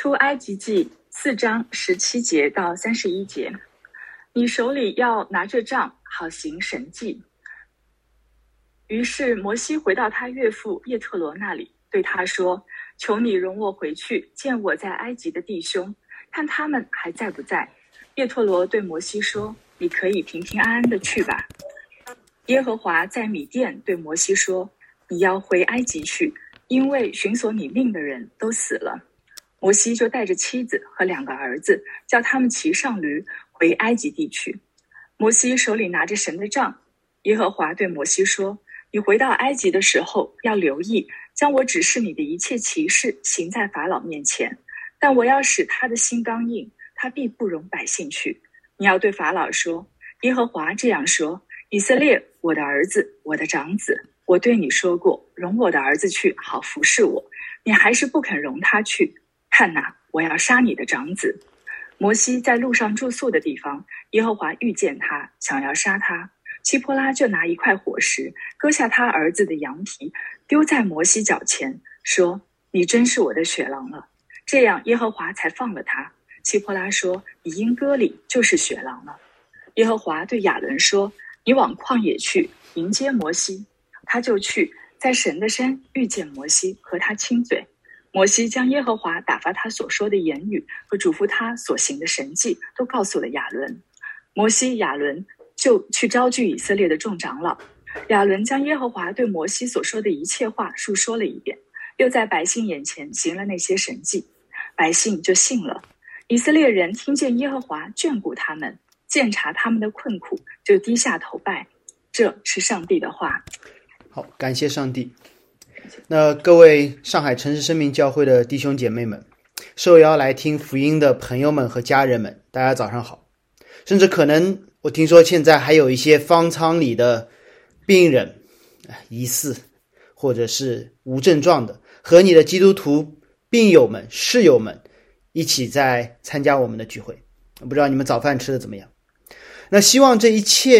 出埃及记4章17节到31节，你手里要拿着杖，好行神迹。于是摩西回到他岳父叶特罗那里，对他说：求你容我回去见我在埃及的弟兄，看他们还在不在。叶特罗对摩西说：你可以平平安安的去吧。耶和华在米甸对摩西说：你要回埃及去，因为寻索你命的人都死了。摩西就带着妻子和2个儿子，叫他们骑上驴回埃及地去。摩西手里拿着神的杖。耶和华对摩西说：你回到埃及的时候，要留意将我指示你的一切奇事行在法老面前，但我要使他的心刚硬，他必不容百姓去。你要对法老说：耶和华这样说，以色列，我的儿子，我的长子，我对你说过，容我的儿子去，好服侍我，你还是不肯容他去。看哪，我要杀你的长子。摩西在路上住宿的地方，耶和华遇见他，想要杀他。希波拉就拿一块火石，割下他儿子的羊皮，丢在摩西脚前，说：你真是我的血狼了。这样耶和华才放了他。希波拉说：你因割礼就是血狼了。耶和华对亚伦说：你往旷野去迎接摩西。他就去，在神的山遇见摩西，和他亲嘴。摩西将耶和华打发他所说的言语和嘱咐他所行的神迹都告诉了亚伦。摩西、亚伦就去招聚以色列的众长老。亚伦将耶和华对摩西所说的一切话述说了一遍，又在百姓眼前行了那些神迹，百姓就信了。以色列人听见耶和华眷顾他们，鉴察他们的困苦，就低下头拜。这是上帝的话。 好，感谢上帝。那各位上海城市生命教会的弟兄姐妹们，受邀来听福音的朋友们和家人们，大家早上好。甚至可能我听说现在还有一些方舱里的病人，疑似或者是无症状的，和你的基督徒病友们、室友们一起在参加我们的聚会。不知道你们早饭吃的怎么样？那希望这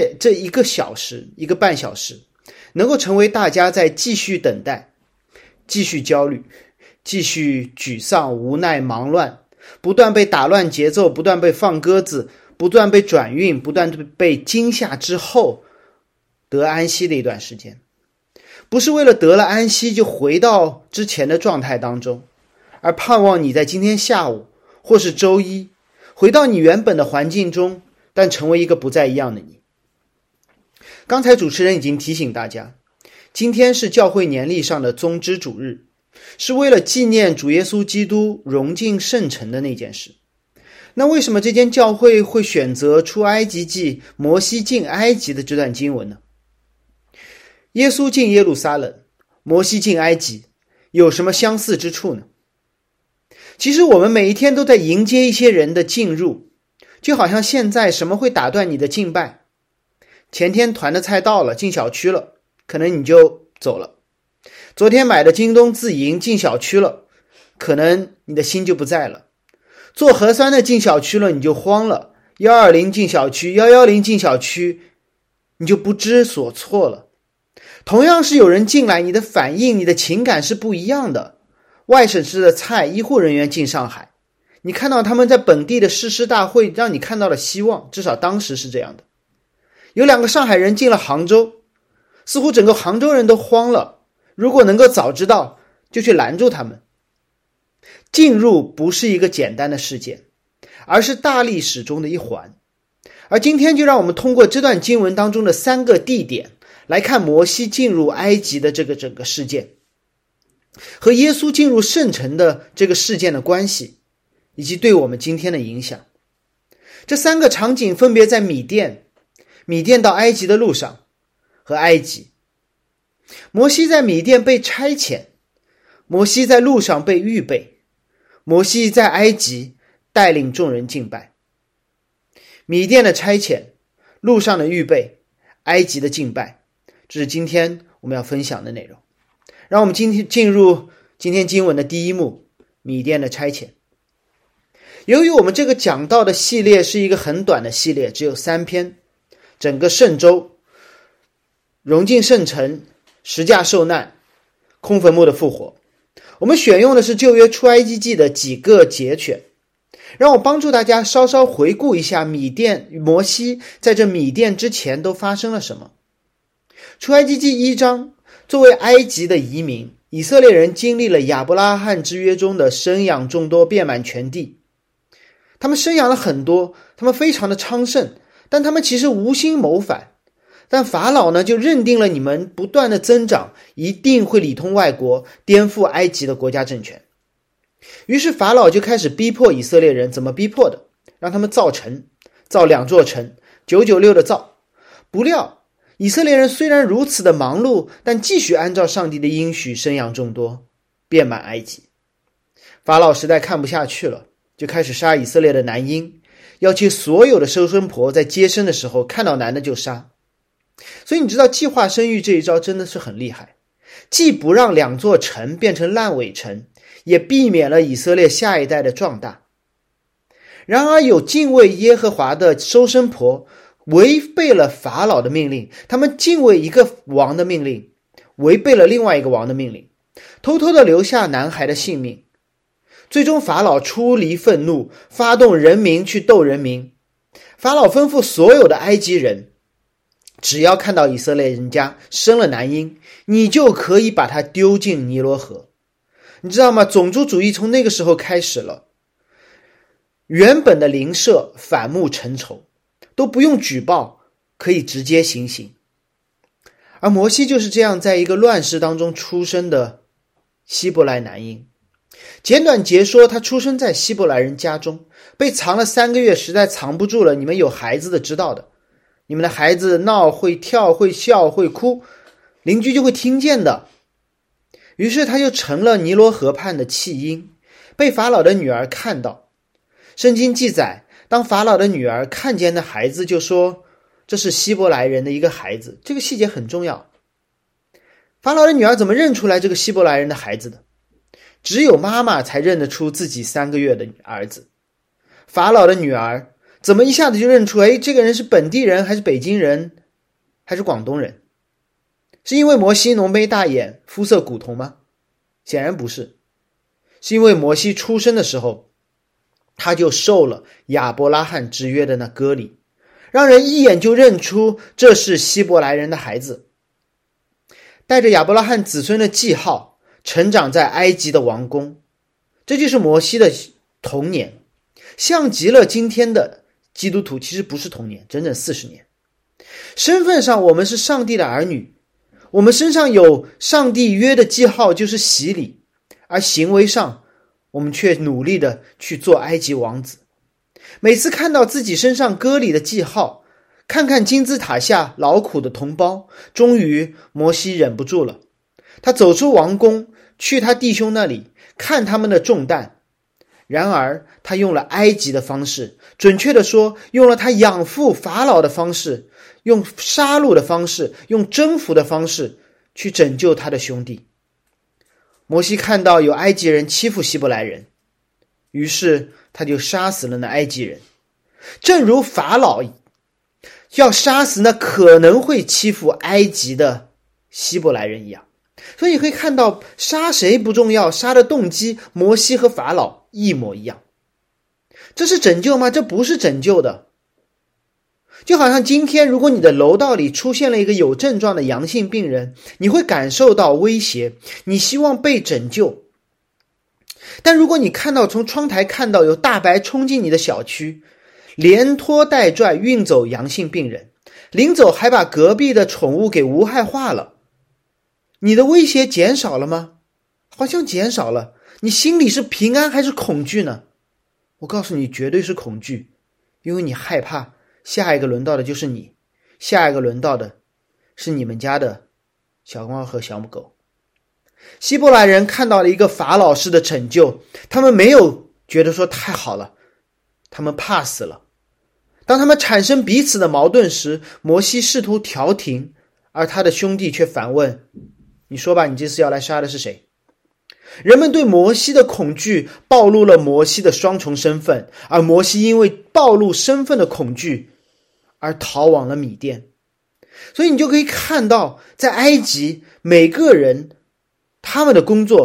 1个小时、1个半小时能够成为大家在继续等待、继续焦虑、继续沮丧、无奈、忙乱，不断被打乱节奏，不断被放鸽子，不断被转运，不断被惊吓之后得安息的一段时间。不是为了得了安息就回到之前的状态当中，而盼望你在今天下午或是周一回到你原本的环境中，但成为一个不再一样的你。刚才主持人已经提醒大家，今天是教会年历上的宗之主日，是为了纪念主耶稣基督荣进圣城的那件事。那为什么这间教会会选择出埃及记摩西进埃及的这段经文呢？耶稣进耶路撒冷，摩西进埃及，有什么相似之处呢？其实我们每一天都在迎接一些人的进入，就好像现在什么会打断你的敬拜？前天团的菜到了，进小区了，可能你就走了。昨天买的京东自营进小区了，可能你的心就不在了。做核酸的进小区了，你就慌了，120进小区，110进小区，你就不知所措了。同样是有人进来，你的反应、你的情感是不一样的。外省市的菜医护人员进上海，你看到他们在本地的誓师大会，让你看到了希望，至少当时是这样的。有2个上海人进了杭州，似乎整个杭州人都慌了，如果能够早知道，就去拦住他们。进入不是一个简单的事件，而是大历史中的一环。而今天就让我们通过这段经文当中的3个地点来看摩西进入埃及的这个整个事件，和耶稣进入圣城的这个事件的关系，以及对我们今天的影响。这3个场景分别在米甸到埃及的路上和埃及。摩西在米甸被差遣，摩西在路上被预备，摩西在埃及带领众人敬拜。米甸的差遣，路上的预备，埃及的敬拜，这是今天我们要分享的内容。让我们今天进入今天经文的第一幕，米甸的差遣。由于我们这个讲道的系列是一个很短的系列，只有3篇，整个圣周、荣进圣城、十架受难、空坟墓的复活， 我们选用的是旧约出埃及记的几个节选，让我帮助大家稍稍回顾一下摩西在这米甸之前都发生了什么。出埃及记1章，作为埃及的移民，以色列人经历了亚伯拉罕之约中的生养众多，遍满全地。他们生养了很多，他们非常的昌盛，但他们其实无心谋反。但法老呢，就认定了你们不断的增长，一定会里通外国，颠覆埃及的国家政权。于是法老就开始逼迫以色列人，怎么逼迫的？让他们造城，造2座城，996的造。不料以色列人虽然如此的忙碌，但继续按照上帝的应许生养众多，遍满埃及。法老实在看不下去了，就开始杀以色列的男婴，要求所有的收生婆在接生的时候看到男的就杀。所以你知道计划生育这一招真的是很厉害，既不让2座城变成烂尾城，也避免了以色列下一代的壮大。然而有敬畏耶和华的收生婆违背了法老的命令，他们敬畏一个王的命令，违背了另外一个王的命令，偷偷的留下男孩的性命。最终法老出离愤怒，发动人民去斗人民。法老吩咐所有的埃及人，只要看到以色列人家生了男婴，你就可以把他丢进尼罗河。你知道吗？种族主义从那个时候开始了。原本的邻舍反目成仇，都不用举报，可以直接行刑。而摩西就是这样在一个乱世当中出生的希伯来男婴。简短截说，他出生在希伯来人家中，被藏了3个月，实在藏不住了。你们有孩子的知道的，你们的孩子闹会跳会笑会哭，邻居就会听见的。于是他就成了尼罗河畔的弃婴，被法老的女儿看到。圣经记载，当法老的女儿看见那孩子，就说这是希伯来人的一个孩子。这个细节很重要。法老的女儿怎么认出来这个希伯来人的孩子的？只有妈妈才认得出自己3个月的儿子。法老的女儿怎么一下子就认出，这个人是本地人还是北京人还是广东人？是因为摩西浓眉大眼肤色古铜吗？显然不是，是因为摩西出生的时候他就受了亚伯拉罕之约的那割礼，让人一眼就认出这是希伯来人的孩子。带着亚伯拉罕子孙的记号，成长在埃及的王宫，这就是摩西的童年，像极了今天的基督徒。其实不是童年，整整40年。身份上我们是上帝的儿女，我们身上有上帝约的记号，就是洗礼，而行为上我们却努力的去做埃及王子。每次看到自己身上割礼的记号，看看金字塔下劳苦的同胞，终于摩西忍不住了，他走出王宫，去他弟兄那里看他们的重担。然而他用了埃及的方式，准确的说，用了他养父法老的方式，用杀戮的方式，用征服的方式去拯救他的兄弟。摩西看到有埃及人欺负希伯来人，于是他就杀死了那埃及人，正如法老要杀死那可能会欺负埃及的希伯来人一样。所以你可以看到，杀谁不重要，杀的动机摩西和法老一模一样。这是拯救吗？这不是拯救的。就好像今天如果你的楼道里出现了一个有症状的阳性病人，你会感受到威胁，你希望被拯救。但如果你从窗台看到有大白冲进你的小区，连拖带拽运走阳性病人，临走还把隔壁的宠物给无害化了，你的威胁减少了吗？好像减少了。你心里是平安还是恐惧呢？我告诉你，绝对是恐惧，因为你害怕下一个轮到的就是你，下一个轮到的是你们家的小猫和小母狗。希伯来人看到了一个法老式的拯救，他们没有觉得说太好了，他们怕死了。当他们产生彼此的矛盾时，摩西试图调停，而他的兄弟却反问，你说吧，你这次要来杀的是谁？人们对摩西的恐惧暴露了摩西的双重身份，而摩西因为暴露身份的恐惧而逃往了米甸。所以你就可以看到，在埃及每个人他们的工作，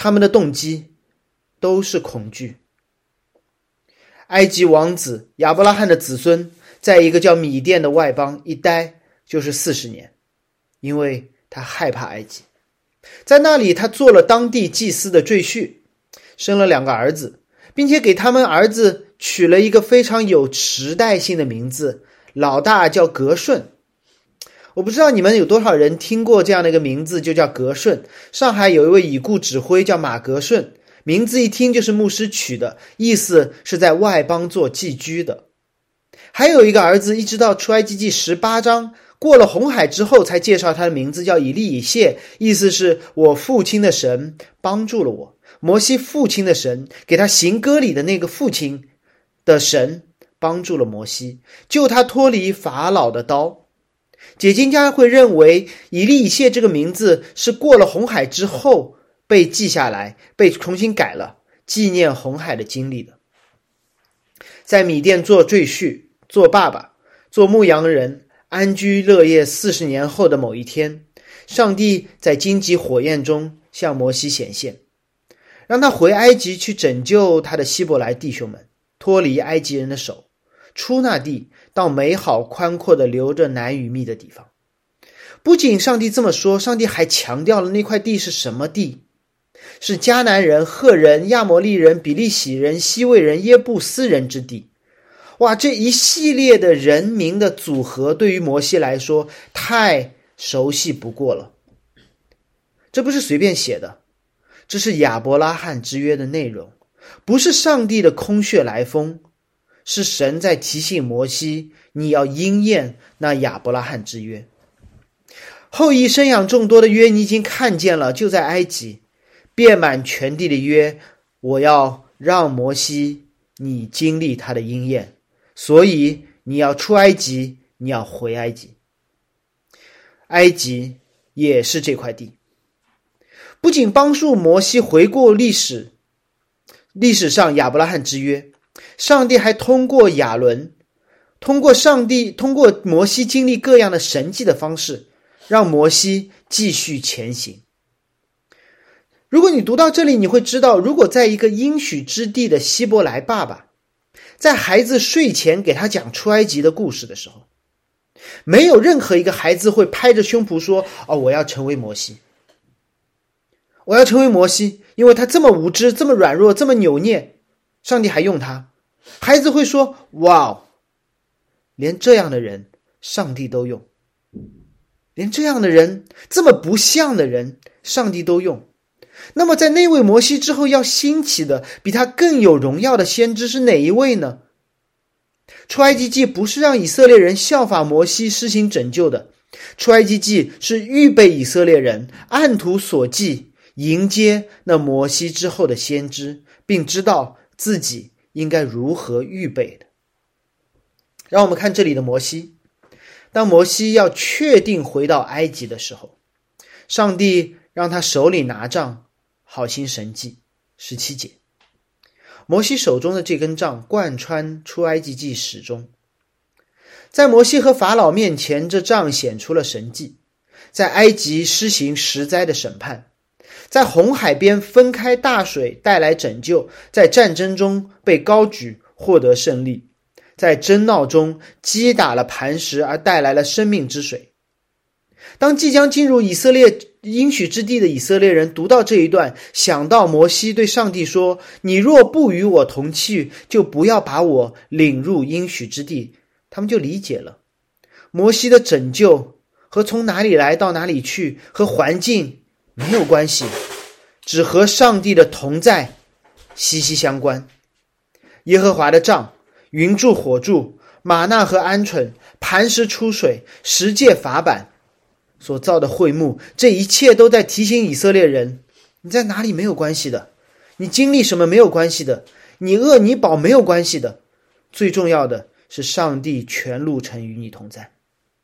他们的动机都是恐惧。埃及王子亚伯拉罕的子孙在一个叫米甸的外邦一待就是40年，因为他害怕埃及。在那里他做了当地祭司的赘婿，生了2个儿子，并且给他们儿子取了一个非常有时代性的名字，老大叫格顺。我不知道你们有多少人听过这样的一个名字，就叫格顺。上海有一位已故指挥叫马格顺，名字一听就是牧师取的，意思是在外邦做寄居的。还有一个儿子，一直到出埃及记18章过了红海之后才介绍他的名字，叫以利以谢，意思是我父亲的神帮助了我。摩西父亲的神，给他行割礼的那个父亲的神帮助了摩西，救他脱离法老的刀。解经家会认为以利以谢这个名字是过了红海之后被记下来，被重新改了，纪念红海的经历的。在米甸做赘婿，做爸爸，做牧羊人，安居乐业40年后的某一天，上帝在荆棘火焰中向摩西显现，让他回埃及去拯救他的希伯来弟兄们，脱离埃及人的手，出那地，到美好宽阔的流着奶与蜜的地方。不仅上帝这么说，上帝还强调了那块地是什么地，是迦南人、赫人、亚摩利人、比利洗人、西魏人、耶布斯人之地。哇，这一系列的人名的组合对于摩西来说太熟悉不过了。这不是随便写的，这是亚伯拉罕之约的内容，不是上帝的空穴来风，是神在提醒摩西，你要应验那亚伯拉罕之约。后裔生养众多的约你已经看见了，就在埃及，遍满全地的约，我要让摩西你经历他的应验，所以你要出埃及，你要回埃及。埃及也是这块地，不仅帮助摩西回顾历史上亚伯拉罕之约，上帝还通过亚伦，通过摩西经历各样的神迹的方式，让摩西继续前行。如果你读到这里，你会知道，如果在一个应许之地的希伯来爸爸，在孩子睡前给他讲出埃及的故事的时候，没有任何一个孩子会拍着胸脯说，我要成为摩西，我要成为摩西，因为他这么无知，这么软弱，这么扭捏，上帝还用他。孩子会说，哇，连这样的人上帝都用，连这样的人，这么不像的人上帝都用。那么在那位摩西之后要兴起的比他更有荣耀的先知是哪一位呢？出埃及记不是让以色列人效法摩西施行拯救的，出埃及记是预备以色列人按图索骥，迎接那摩西之后的先知，并知道自己应该如何预备的。让我们看这里的摩西。当摩西要确定回到埃及的时候，上帝让他手里拿杖，好行神迹。17节，摩西手中的这根杖贯穿出埃及记始终。在摩西和法老面前，这杖显出了神迹，在埃及施行10灾的审判，在红海边分开大水带来拯救，在战争中被高举获得胜利，在争闹中击打了磐石而带来了生命之水。当即将进入以色列应许之地的以色列人读到这一段，想到摩西对上帝说，你若不与我同去，就不要把我领入应许之地，他们就理解了摩西的拯救和从哪里来到哪里去和环境没有关系，只和上帝的同在息息相关。耶和华的杖，云柱火柱，玛纳和鹌鹑，磐石出水，10诫法版所造的会幕，这一切都在提醒以色列人，你在哪里没有关系的，你经历什么没有关系的，你饿你饱没有关系的，最重要的是上帝全路程与你同在。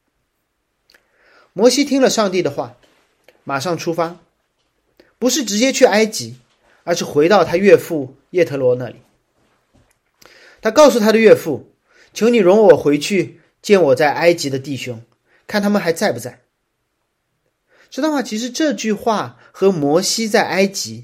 摩西听了上帝的话，马上出发，不是直接去埃及，而是回到他岳父叶特罗那里。他告诉他的岳父，求你容我回去见我在埃及的弟兄，看他们还在不在。知道吗？其实这句话和摩西在埃及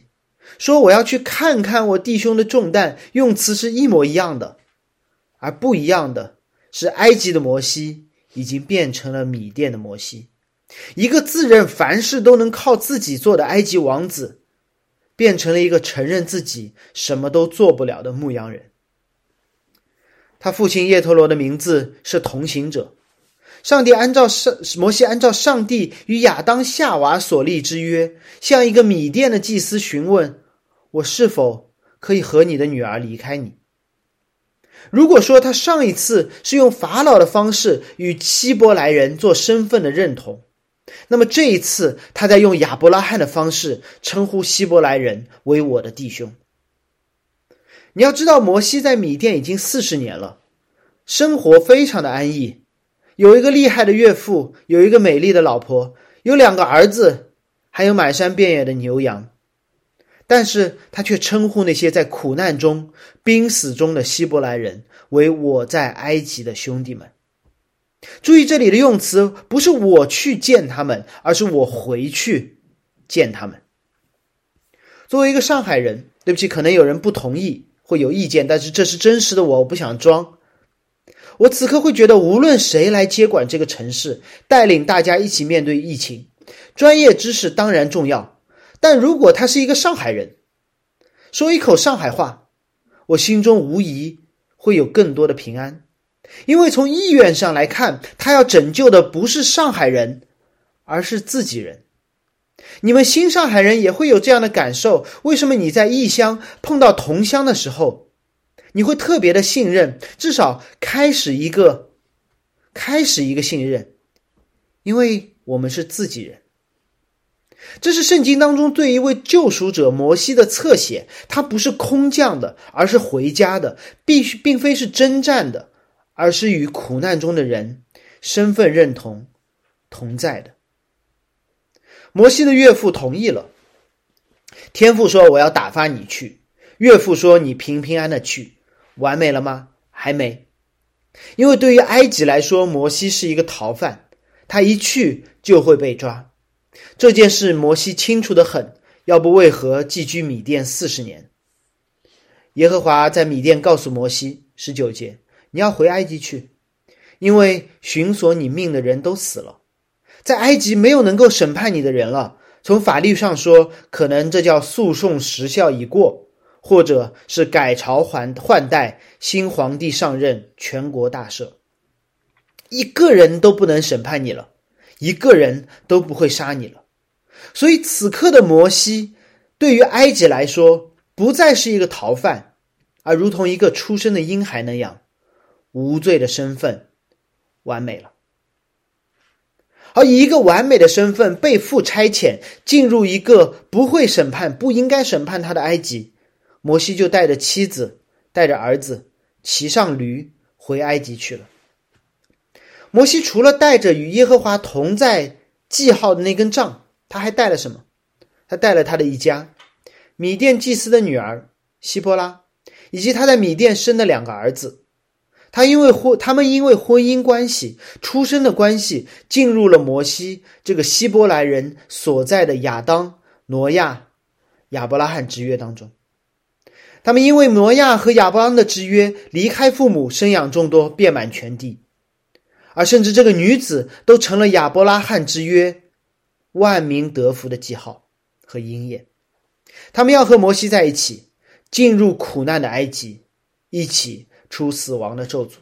说我要去看看我弟兄的重担，用词是一模一样的。而不一样的是，埃及的摩西已经变成了米甸的摩西，一个自认凡事都能靠自己做的埃及王子，变成了一个承认自己什么都做不了的牧羊人。他父亲叶陀罗的名字是同行者。摩西按照上帝与亚当夏娃所立之约，向一个米甸的祭司询问，我是否可以和你的女儿离开你。如果说他上一次是用法老的方式与希伯来人做身份的认同，那么这一次他在用亚伯拉罕的方式称呼希伯来人为我的弟兄。你要知道，摩西在米甸已经40年了，生活非常的安逸，有一个厉害的岳父，有一个美丽的老婆，有2个儿子，还有满山遍野的牛羊。但是他却称呼那些在苦难中、濒死中的希伯来人为我在埃及的兄弟们。注意这里的用词，不是我去见他们，而是我回去见他们。作为一个上海人，对不起，可能有人不同意，会有意见，但是这是真实的我不想装。我此刻会觉得，无论谁来接管这个城市，带领大家一起面对疫情，专业知识当然重要，但如果他是一个上海人，说一口上海话，我心中无疑会有更多的平安。因为从意愿上来看，他要拯救的不是上海人，而是自己人。你们新上海人也会有这样的感受，为什么你在异乡碰到同乡的时候，你会特别的信任，至少开始一个信任，因为我们是自己人。这是圣经当中对一位救赎者摩西的侧写，他不是空降的，而是回家的，并非是征战的，而是与苦难中的人身份认同同在的。摩西的岳父同意了，天父说我要打发你去，岳父说你平平安安的去，完美了吗？还没。因为对于埃及来说，摩西是一个逃犯，他一去就会被抓。这件事摩西清楚得很，要不为何寄居米甸40年？耶和华在米甸告诉摩西，19节，你要回埃及去，因为寻索你命的人都死了，在埃及没有能够审判你的人了。从法律上说，可能这叫诉讼时效已过，或者是改朝换代，新皇帝上任，全国大赦。一个人都不能审判你了，一个人都不会杀你了。所以此刻的摩西对于埃及来说，不再是一个逃犯，而如同一个出生的婴孩那样，无罪的身份完美了。而以一个完美的身份被父差遣进入一个不会审判、不应该审判他的埃及，摩西就带着妻子、带着儿子骑上驴回埃及去了。摩西除了带着与耶和华同在记号的那根杖，他还带了什么？他带了他的一家，米甸祭司的女儿希波拉，以及他在米甸生的2个儿子。他们因为婚姻关系、出生的关系，进入了摩西这个希伯来人所在的亚当、挪亚、亚伯拉罕之约当中。他们因为挪亚和亚伯拉罕的之约，离开父母，生养众多，遍满全地。而甚至这个女子都成了亚伯拉罕之约万民得福的记号和应验。他们要和摩西在一起，进入苦难的埃及，一起出死亡的咒诅。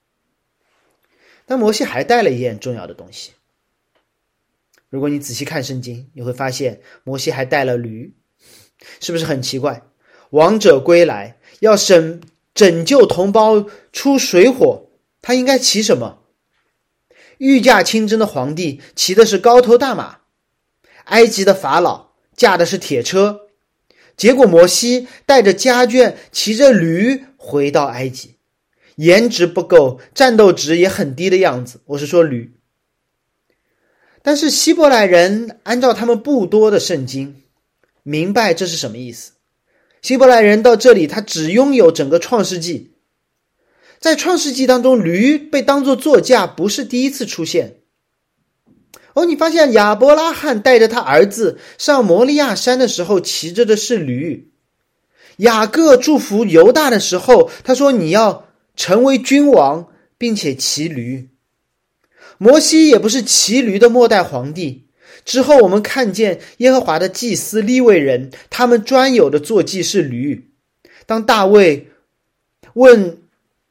但摩西还带了一件重要的东西。如果你仔细看圣经，你会发现摩西还带了驴，是不是很奇怪？王者归来，要拯救同胞出水火，他应该骑什么？御驾亲征的皇帝骑的是高头大马，埃及的法老驾的是铁车，结果摩西带着家眷骑着驴回到埃及，颜值不够，战斗值也很低的样子，我是说驴。但是希伯来人按照他们不多的圣经明白这是什么意思。希伯来人到这里，他只拥有整个创世纪。在创世纪当中，驴被当作座驾不是第一次出现。 你发现亚伯拉罕带着他儿子上摩利亚山的时候骑着的是驴。雅各祝福犹大的时候，他说你要成为君王并且骑驴。摩西也不是骑驴的末代皇帝，之后我们看见耶和华的祭司利未人，他们专有的坐骑是驴。当大卫问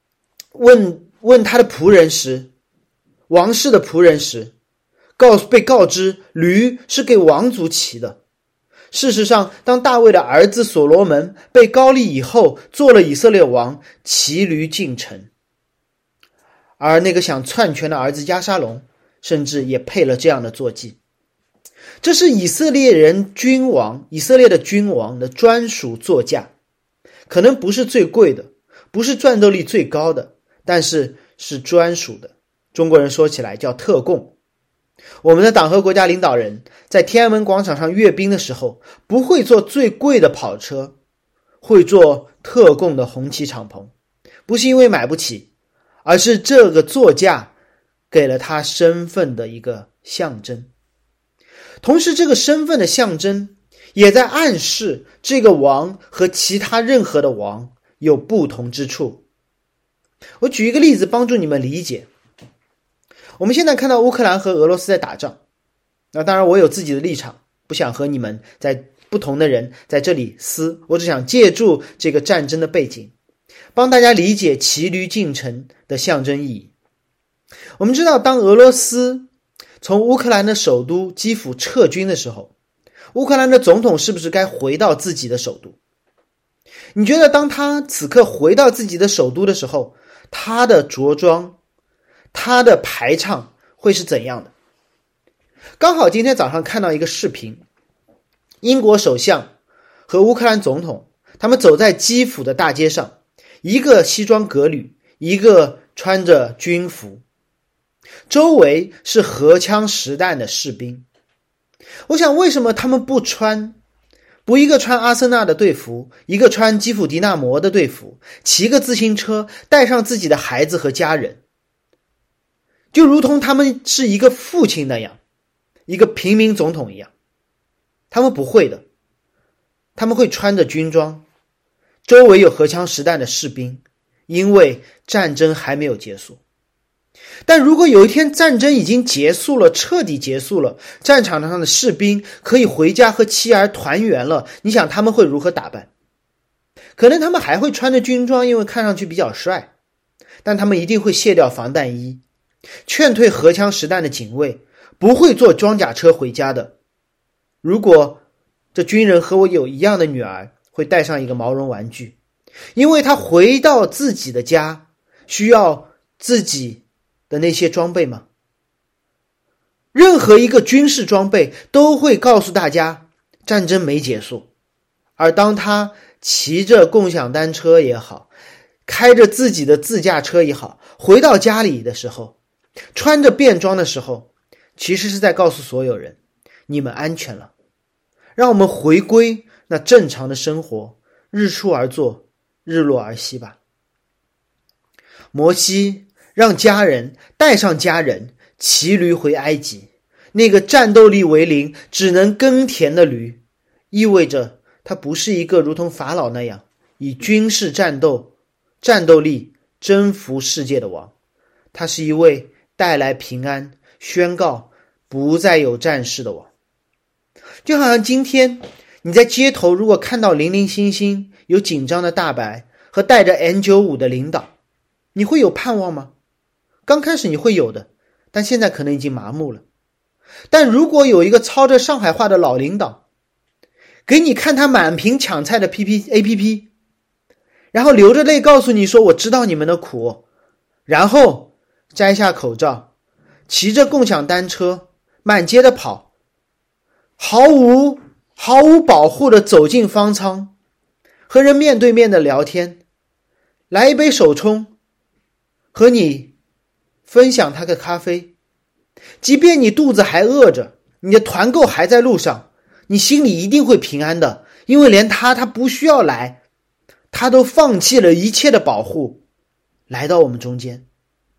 他的仆人时，王室的仆人时，被告知驴是给王族骑的。事实上，当大卫的儿子所罗门被膏立以后，做了以色列王，骑驴进城。而那个想篡权的儿子押沙龙，甚至也配了这样的坐骑。这是以色列的君王的专属座驾，可能不是最贵的，不是战斗力最高的，但是是专属的。中国人说起来叫特供。我们的党和国家领导人在天安门广场上阅兵的时候，不会坐最贵的跑车，会坐特供的红旗敞篷，不是因为买不起，而是这个座驾给了他身份的一个象征。同时，这个身份的象征也在暗示这个王和其他任何的王有不同之处。我举一个例子帮助你们理解。我们现在看到乌克兰和俄罗斯在打仗，那当然我有自己的立场，不想和你们不同的人在这里撕，我只想借助这个战争的背景，帮大家理解骑驴进城的象征意义。我们知道，当俄罗斯从乌克兰的首都基辅撤军的时候，乌克兰的总统是不是该回到自己的首都？你觉得当他此刻回到自己的首都的时候，他的着装，他的排场会是怎样的？刚好今天早上看到一个视频，英国首相和乌克兰总统他们走在基辅的大街上，一个西装革履，一个穿着军服，周围是荷枪实弹的士兵。我想为什么他们不一个穿阿森纳的队服，一个穿基辅迪纳摩的队服，骑个自行车，带上自己的孩子和家人，就如同他们是一个父亲那样，一个平民总统一样。他们不会的，他们会穿着军装，周围有荷枪实弹的士兵，因为战争还没有结束。但如果有一天战争已经结束了，彻底结束了，战场上的士兵可以回家和妻儿团圆了，你想他们会如何打扮？可能他们还会穿着军装，因为看上去比较帅，但他们一定会卸掉防弹衣，劝退荷枪实弹的警卫，不会坐装甲车回家的。如果这军人和我有一样的女儿，会带上一个毛绒玩具，因为他回到自己的家需要自己的那些装备吗？任何一个军事装备都会告诉大家战争没结束。而当他骑着共享单车也好，开着自己的自驾车也好，回到家里的时候，穿着便装的时候，其实是在告诉所有人，你们安全了，让我们回归那正常的生活，日出而作，日落而息吧。摩西让带上家人骑驴回埃及，那个战斗力为零，只能耕田的驴，意味着他不是一个如同法老那样以军事战斗力征服世界的王，他是一位带来平安，宣告不再有战事的王。就好像今天你在街头如果看到零零星星有紧张的大白和带着 N95 的领导，你会有盼望吗？刚开始你会有的，但现在可能已经麻木了。但如果有一个操着上海话的老领导，给你看他满屏抢菜的 APP， 然后流着泪告诉你说我知道你们的苦，然后摘下口罩，骑着共享单车满街的跑，毫无保护的走进方舱，和人面对面的聊天，来一杯手冲，和你分享他的咖啡，即便你肚子还饿着，你的团购还在路上，你心里一定会平安的，因为连他不需要来，他都放弃了一切的保护，来到我们中间。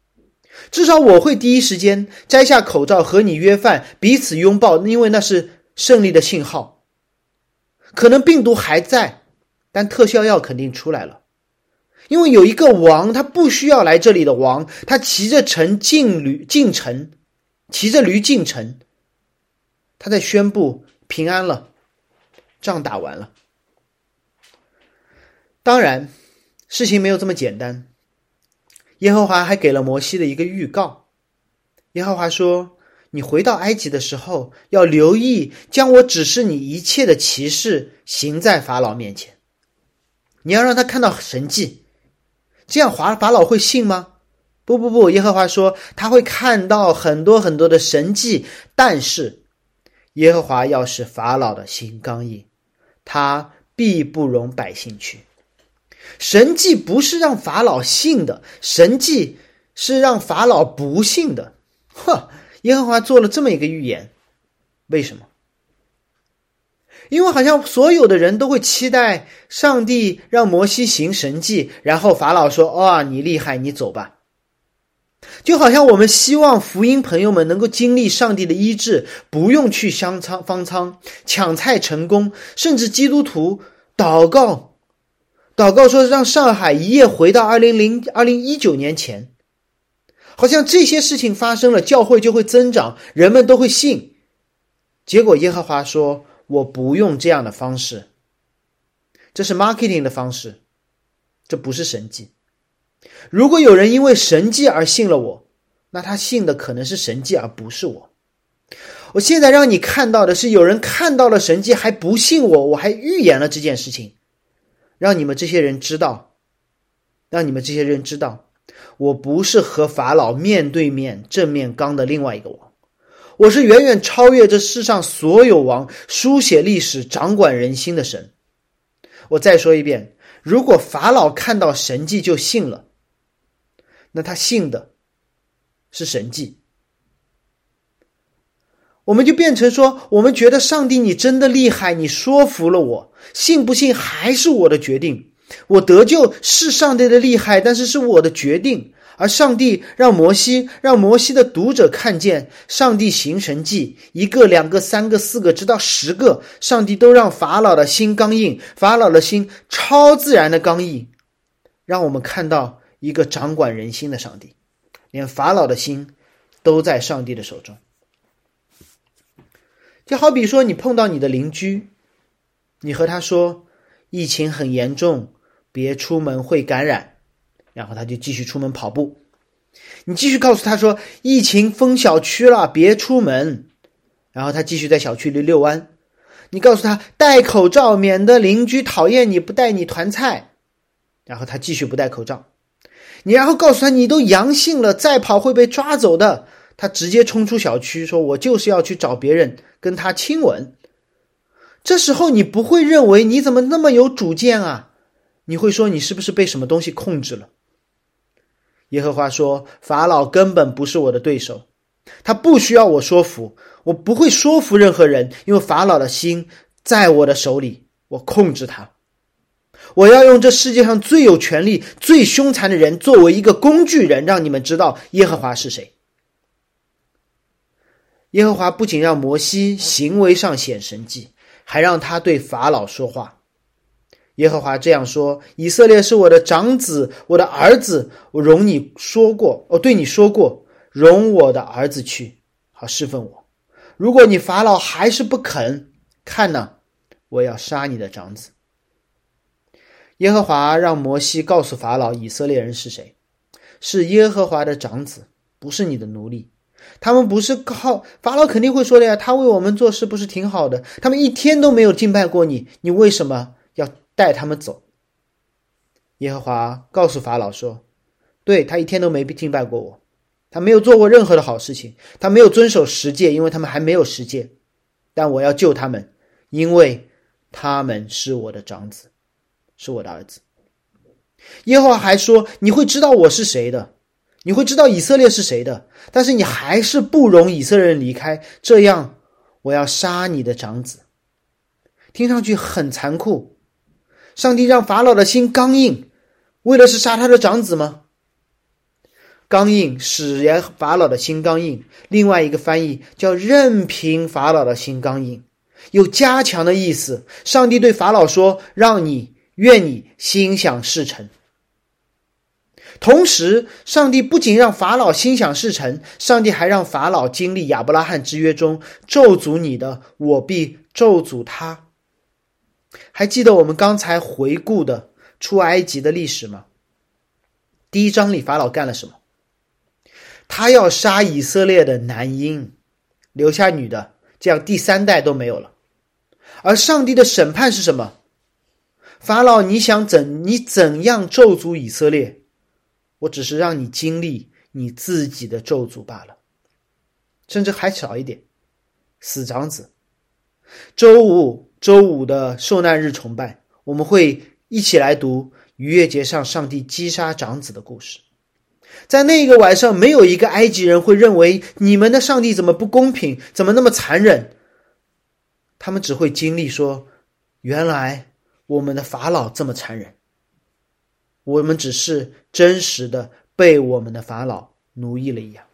至少我会第一时间摘下口罩和你约饭，彼此拥抱，因为那是胜利的信号。可能病毒还在，但特效药肯定出来了。因为有一个王，他不需要来这里的王，他骑着驴进城，他在宣布平安了，仗打完了。当然，事情没有这么简单。耶和华还给了摩西的一个预告。耶和华说，你回到埃及的时候，要留意将我指示你一切的奇事行在法老面前。你要让他看到神迹，这样法老会信吗？不，耶和华说他会看到很多很多的神迹，但是耶和华要使法老的心刚硬，他必不容百姓去。神迹不是让法老信的，神迹是让法老不信的。耶和华做了这么一个预言。为什么？因为好像所有的人都会期待上帝让摩西行神迹，然后法老说，你厉害，你走吧。就好像我们希望福音朋友们能够经历上帝的医治，不用去方舱抢菜成功，甚至基督徒祷告说让上海一夜回到2019年前，好像这些事情发生了，教会就会增长，人们都会信。结果耶和华说，我不用这样的方式，这是 marketing 的方式，这不是神迹。如果有人因为神迹而信了我，那他信的可能是神迹而不是我。我现在让你看到的是，有人看到了神迹还不信我，我还预言了这件事情，让你们这些人知道，我不是和法老面对面正面刚的另外一个王，我是远远超越这世上所有王，书写历史，掌管人心的神。我再说一遍，如果法老看到神迹就信了，那他信的是神迹。我们就变成说，我们觉得上帝你真的厉害，你说服了我，信不信还是我的决定。我得救是上帝的厉害，但是是我的决定。而上帝让摩西的读者看见上帝行神迹，1个、2个、3个、4个，直到10个，上帝都让法老的心刚硬，法老的心超自然的刚硬，让我们看到一个掌管人心的上帝，连法老的心都在上帝的手中。就好比说，你碰到你的邻居，你和他说疫情很严重，别出门会感染，然后他就继续出门跑步。你继续告诉他说疫情封小区了，别出门，然后他继续在小区里遛弯。你告诉他戴口罩，免得邻居讨厌你不带你团菜，然后他继续不戴口罩。你然后告诉他你都阳性了，再跑会被抓走的，他直接冲出小区说我就是要去找别人跟他亲吻。这时候你不会认为你怎么那么有主见啊，你会说你是不是被什么东西控制了。耶和华说，法老根本不是我的对手，他不需要我说服，我不会说服任何人，因为法老的心在我的手里，我控制他。我要用这世界上最有权力最凶残的人作为一个工具人，让你们知道耶和华是谁。耶和华不仅让摩西行为上显神迹，还让他对法老说话。耶和华这样说，以色列是我的长子，我的儿子，我对你说过，容我的儿子去，好侍奉我。如果你法老还是不肯，看哪，我要杀你的长子。耶和华让摩西告诉法老，以色列人是谁？是耶和华的长子，不是你的奴隶。他们不是靠，法老肯定会说的呀，他为我们做事不是挺好的，他们一天都没有敬拜过你，你为什么要带他们走？耶和华告诉法老说，对，他一天都没敬拜过我，他没有做过任何的好事情，他没有遵守十诫，因为他们还没有十诫，但我要救他们，因为他们是我的长子，是我的儿子。耶和华还说，你会知道我是谁的，你会知道以色列是谁的，但是你还是不容以色列人离开，这样我要杀你的长子。听上去很残酷，上帝让法老的心刚硬，为的是杀他的长子吗？ 刚硬，使然法老的心刚硬，另外一个翻译叫任凭法老的心刚硬，有加强的意思。上帝对法老说，愿你心想事成。同时上帝不仅让法老心想事成，上帝还让法老经历亚伯拉罕之约中咒诅你的，我必咒诅他。还记得我们刚才回顾的出埃及的历史吗？第1章里法老干了什么？他要杀以色列的男婴，留下女的，这样第3代都没有了。而上帝的审判是什么？法老，你怎样咒诅以色列？我只是让你经历你自己的咒诅罢了。甚至还少一点，死长子。周五的受难日崇拜，我们会一起来读逾越节上上帝击杀长子的故事。在那个晚上，没有一个埃及人会认为你们的上帝怎么不公平，怎么那么残忍。他们只会经历说，原来我们的法老这么残忍，我们只是真实的被我们的法老奴役了一样。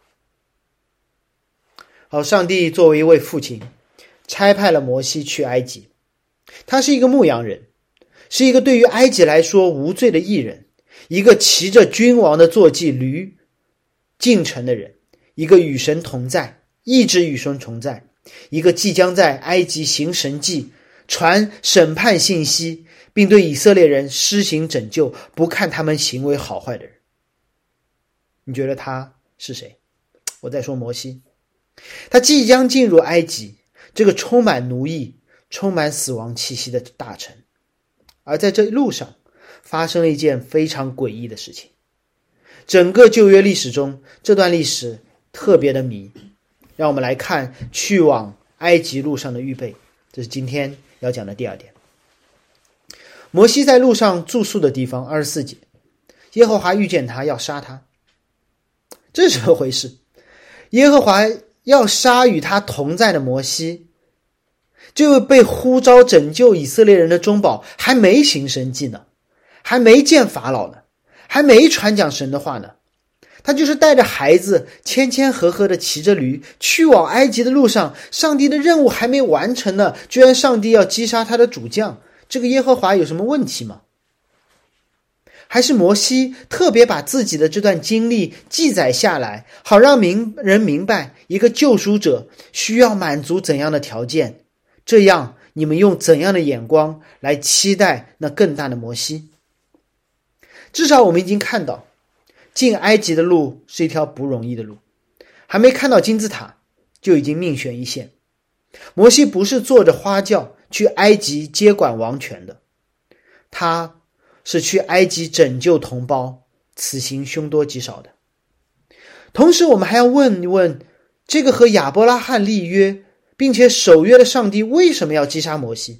好，上帝作为一位父亲，差派了摩西去埃及。他是一个牧羊人，是一个对于埃及来说无罪的义人，一个骑着君王的坐骑驴进城的人，一个与神同在，一直与神同在，一个即将在埃及行神迹，传审判信息，并对以色列人施行拯救，不看他们行为好坏的人。你觉得他是谁？我在说摩西。他即将进入埃及，这个充满奴役、充满死亡气息的大城。而在这路上发生了一件非常诡异的事情。整个旧约历史中，这段历史特别的迷。让我们来看去往埃及路上的预备，这是今天要讲的第2点。摩西在路上住宿的地方，24节，耶和华遇见他，要杀他。这是怎么回事？耶和华要杀与他同在的摩西，这位被呼召拯救以色列人的中保，还没行神迹呢，还没见法老呢，还没传讲神的话呢，他就是带着孩子谦谦和和的骑着驴去往埃及的路上，上帝的任务还没完成呢，居然上帝要击杀他的主将，这个耶和华有什么问题吗？还是摩西特别把自己的这段经历记载下来，好让人明白一个救赎者需要满足怎样的条件，这样你们用怎样的眼光来期待那更大的摩西？至少我们已经看到进埃及的路是一条不容易的路，还没看到金字塔就已经命悬一线。摩西不是坐着花轿去埃及接管王权的，他是去埃及拯救同胞，此行凶多吉少的。同时我们还要问一问，这个和亚伯拉罕立约并且守约的上帝为什么要击杀摩西？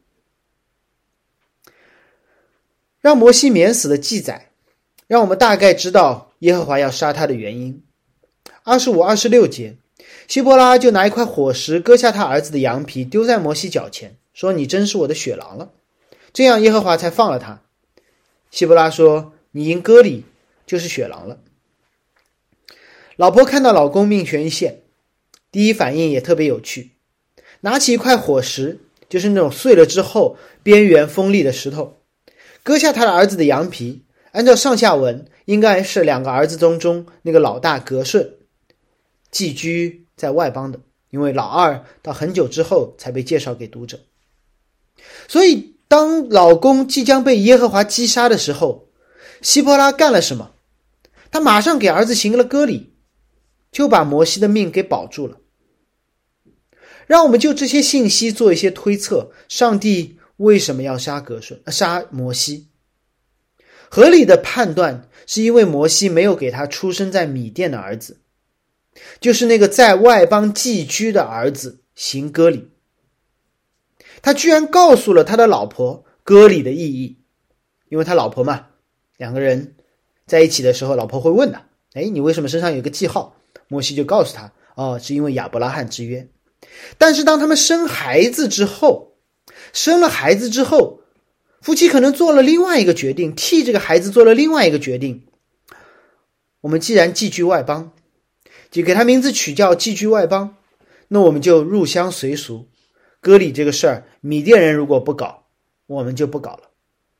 让摩西免死的记载让我们大概知道耶和华要杀他的原因。25、26节，希伯拉就拿一块火石割下他儿子的羊皮，丢在摩西脚前，说，你真是我的血狼了。这样耶和华才放了他。希伯拉说，你因割礼就是血狼了。老婆看到老公命悬一线，第一反应也特别有趣，拿起一块火石，就是那种碎了之后边缘锋利的石头，割下他的儿子的羊皮。按照上下文，应该是2个儿子中那个老大革顺寄居在外邦的，因为老二到很久之后才被介绍给读者。所以当老公即将被耶和华击杀的时候，希伯拉干了什么？他马上给儿子行了割礼，就把摩西的命给保住了。让我们就这些信息做一些推测，上帝为什么要杀摩西？合理的判断是因为摩西没有给他出生在米甸的儿子，就是那个在外邦寄居的儿子行割礼。他居然告诉了他的老婆割礼的意义，因为他老婆嘛，2个人在一起的时候，老婆会问的，你为什么身上有个记号？摩西就告诉他，是因为亚伯拉罕之约。但是当他们生了孩子之后，夫妻可能做了另外一个决定，替这个孩子做了另外一个决定。 我们既然寄居外邦，就给他名字取叫寄居外邦，那我们就入乡随俗，割礼这个事儿，米甸人如果不搞，我们就不搞了。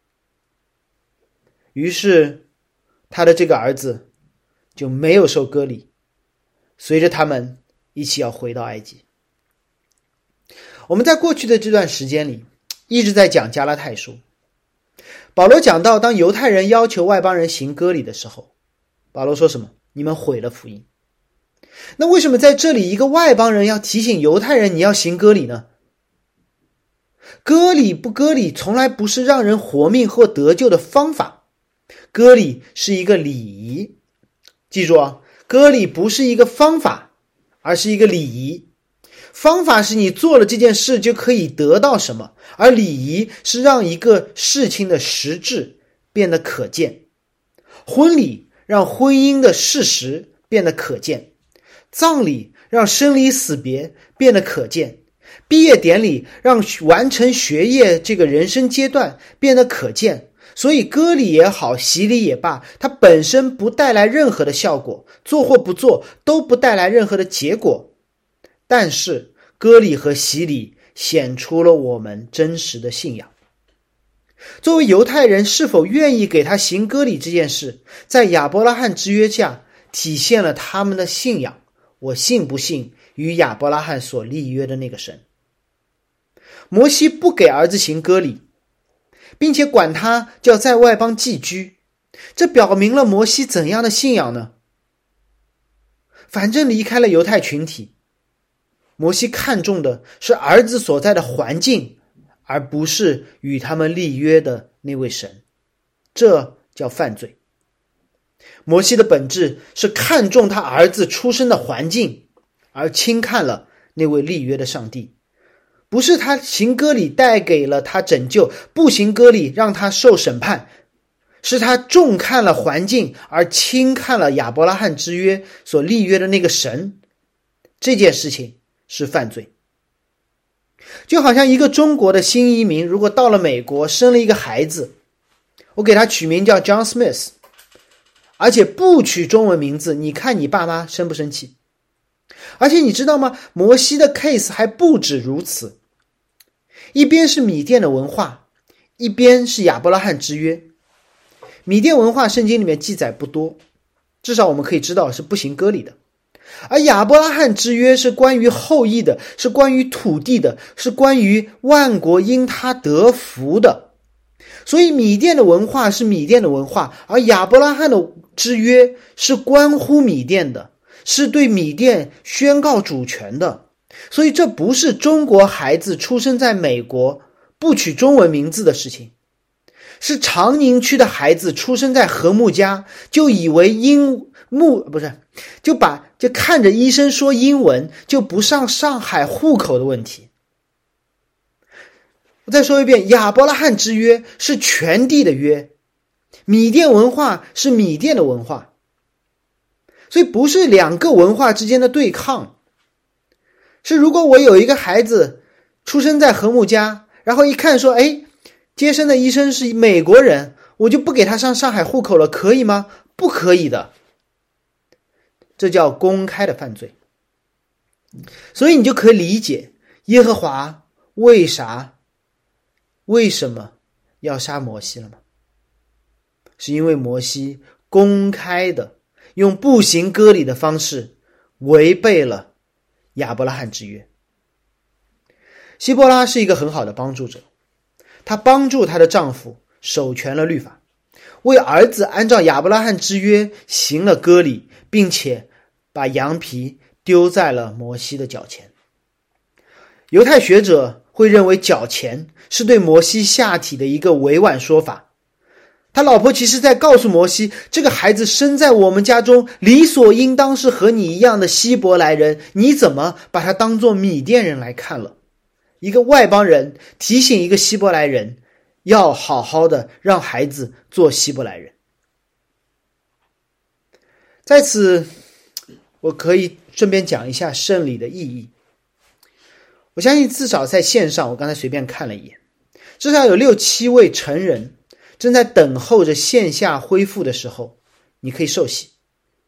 于是他的这个儿子就没有受割礼，随着他们一起要回到埃及。我们在过去的这段时间里一直在讲加拉太书，保罗讲到当犹太人要求外邦人行割礼的时候，保罗说什么？你们毁了福音。那为什么在这里一个外邦人要提醒犹太人你要行割礼呢？割礼不割礼从来不是让人活命或得救的方法，割礼是一个礼仪。记住啊，割礼不是一个方法，而是一个礼仪。方法是你做了这件事就可以得到什么，而礼仪是让一个事情的实质变得可见。婚礼让婚姻的事实变得可见，葬礼让生离死别变得可见，毕业典礼让完成学业这个人生阶段变得可见。所以割礼也好，洗礼也罢，它本身不带来任何的效果，做或不做都不带来任何的结果。但是割礼和洗礼显出了我们真实的信仰。作为犹太人是否愿意给他行割礼这件事，在亚伯拉罕之约下体现了他们的信仰。我信不信与亚伯拉罕所立约的那个神。摩西不给儿子行割礼，并且管他叫在外邦寄居，这表明了摩西怎样的信仰呢？反正离开了犹太群体，摩西看重的是儿子所在的环境，而不是与他们立约的那位神，这叫犯罪。摩西的本质是看重他儿子出生的环境，而轻看了那位立约的上帝。不是他行割礼带给了他拯救，不行割礼让他受审判，是他重看了环境，而轻看了亚伯拉罕之约所立约的那个神。这件事情是犯罪。就好像一个中国的新移民，如果到了美国生了一个孩子，我给他取名叫 John Smith， 而且不取中文名字，你看你爸妈生不生气？而且你知道吗？摩西的 case 还不止如此，一边是米甸的文化，一边是亚伯拉罕之约。米甸文化圣经里面记载不多，至少我们可以知道是不行割礼的。而亚伯拉罕之约是关于后裔的，是关于土地的，是关于万国因他得福的。所以米甸的文化是米甸的文化，而亚伯拉罕的之约是关乎米甸的，是对米甸宣告主权的。所以这不是中国孩子出生在美国不取中文名字的事情，是长宁区的孩子出生在和睦家就以为就看着医生说英文就不上上海户口的问题。我再说一遍，亚伯拉罕之约是全地的约，米甸文化是米甸的文化，所以不是两个文化之间的对抗。是如果我有一个孩子出生在和睦家，然后一看说接生的医生是美国人，我就不给他上上海户口了，可以吗？不可以的，这叫公开的犯罪。所以你就可以理解耶和华为什么要杀摩西了吗？是因为摩西公开的用不行割礼的方式违背了亚伯拉罕之约。希波拉是一个很好的帮助者，她帮助她的丈夫守全了律法，为儿子按照亚伯拉罕之约行了割礼，并且把羊皮丢在了摩西的脚前。犹太学者会认为脚前是对摩西下体的一个委婉说法，他老婆其实在告诉摩西，这个孩子生在我们家中，理所应当是和你一样的希伯来人，你怎么把他当作米甸人来看了？一个外邦人提醒一个希伯来人，要好好的让孩子做希伯来人。在此我可以顺便讲一下圣礼的意义。我相信至少在线上，我刚才随便看了一眼，至少有6-7位成人正在等候着线下恢复的时候，你可以受洗，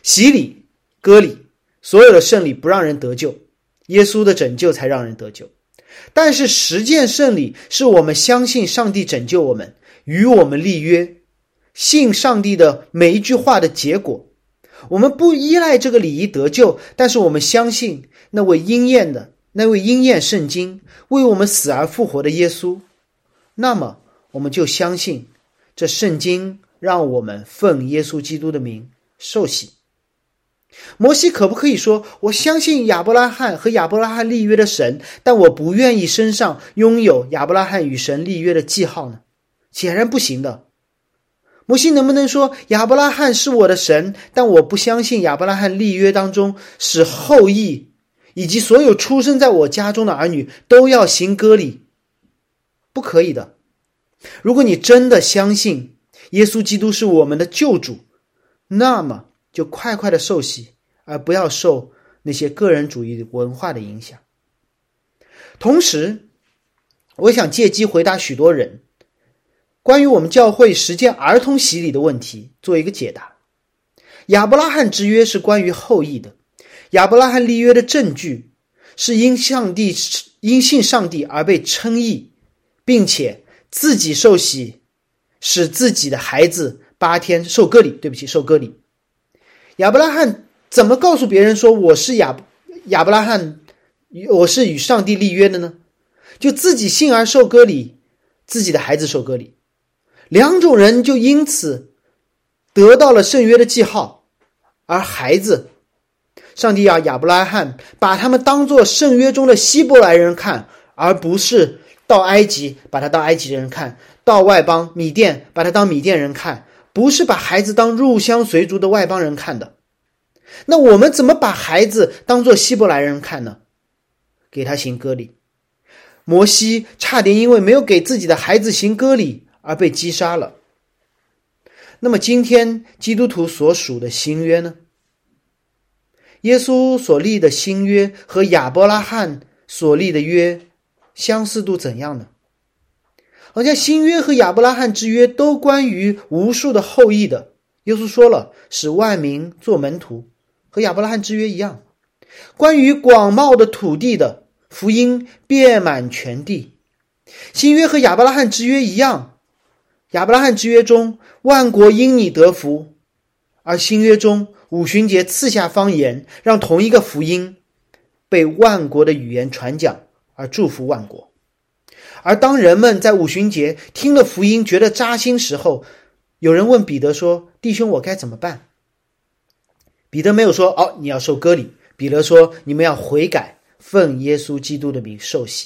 洗礼、割礼，所有的圣礼不让人得救，耶稣的拯救才让人得救。但是实践圣礼是我们相信上帝拯救我们，与我们立约，信上帝的每一句话的结果。我们不依赖这个礼仪得救，但是我们相信那位应验圣经，为我们死而复活的耶稣。那么我们就相信这圣经让我们奉耶稣基督的名受洗。摩西可不可以说，我相信亚伯拉罕和亚伯拉罕立约的神，但我不愿意身上拥有亚伯拉罕与神立约的记号呢？显然不行的。摩西能不能说，亚伯拉罕是我的神，但我不相信亚伯拉罕立约当中使后裔以及所有出生在我家中的儿女都要行割礼？不可以的。如果你真的相信耶稣基督是我们的救主，那么就快快的受洗，而不要受那些个人主义文化的影响。同时，我想借机回答许多人关于我们教会实践儿童洗礼的问题做一个解答。亚伯拉罕之约是关于后裔的，亚伯拉罕立约的证据是因信上帝而被称义，并且自己受洗，使自己的孩子8天受割礼。亚伯拉罕怎么告诉别人说我是亚伯拉罕，我是与上帝立约的呢？就自己信而受割礼，自己的孩子受割礼，两种人就因此得到了圣约的记号。而孩子，上帝要亚伯拉罕把他们当作圣约中的希伯来人看，而不是到埃及把他当埃及人看，到外邦米甸把他当米甸人看，不是把孩子当入乡随俗的外邦人看的。那我们怎么把孩子当作希伯来人看呢？给他行割礼。摩西差点因为没有给自己的孩子行割礼而被击杀了。那么今天基督徒所属的新约呢？耶稣所立的新约和亚伯拉罕所立的约相似度怎样呢？好像新约和亚伯拉罕之约都关于无数的后裔的。耶稣说了，使万民做门徒，和亚伯拉罕之约一样。关于广袤的土地的，福音遍满全地。新约和亚伯拉罕之约一样，亚伯拉罕之约中万国因你得福，而新约中五旬节赐下方言，让同一个福音被万国的语言传讲，而祝福万国。而当人们在五旬节听了福音觉得扎心时候，有人问彼得说，弟兄，我该怎么办？彼得没有说，你要受割礼。彼得说，你们要悔改，奉耶稣基督的名受洗。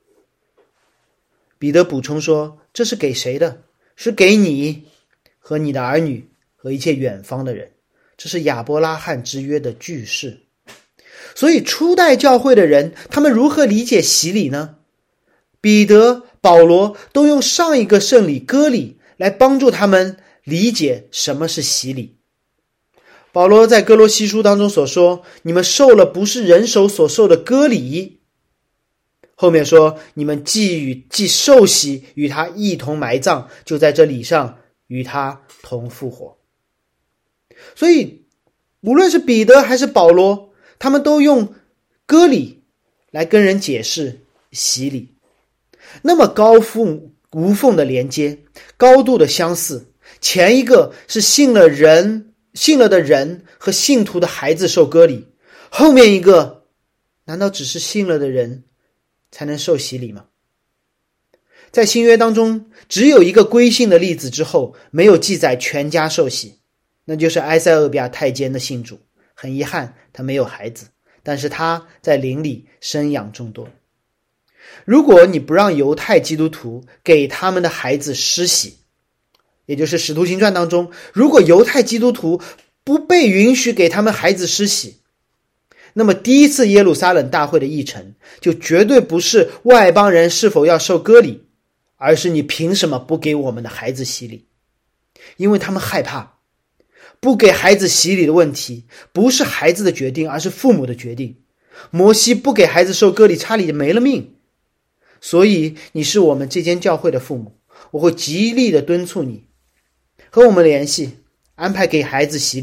彼得补充说，这是给谁的？是给你和你的儿女和一切远方的人。这是亚伯拉罕之约的句式。所以初代教会的人，他们如何理解洗礼呢？彼得、保罗都用上一个圣礼割礼来帮助他们理解什么是洗礼。保罗在哥罗西书当中所说，你们受了不是人手所受的割礼，后面说你们既受洗与他一同埋葬，就在这礼上与他同复活。所以无论是彼得还是保罗，他们都用割礼来跟人解释洗礼。那么高无缝的连接，高度的相似。前一个是信了的人和信徒的孩子受割礼，后面一个难道只是信了的人才能受洗礼吗？在新约当中，只有一个归信的例子之后，没有记载全家受洗，那就是埃塞俄比亚太监的信主。很遗憾，他没有孩子，但是他在灵里生养众多。如果你不让犹太基督徒给他们的孩子施洗，也就是使徒行传当中，如果犹太基督徒不被允许给他们孩子施洗，那么第一次耶路撒冷大会的议程就绝对不是外邦人是否要受割礼，而是你凭什么不给我们的孩子洗礼？因为他们害怕不给孩子洗礼的问题不是孩子的决定，而是父母的决定。摩西不给孩子受割礼，差点没了命。所以你是我们这间教会的父母，我会极力的敦促你和我们联系，安排给孩子洗礼，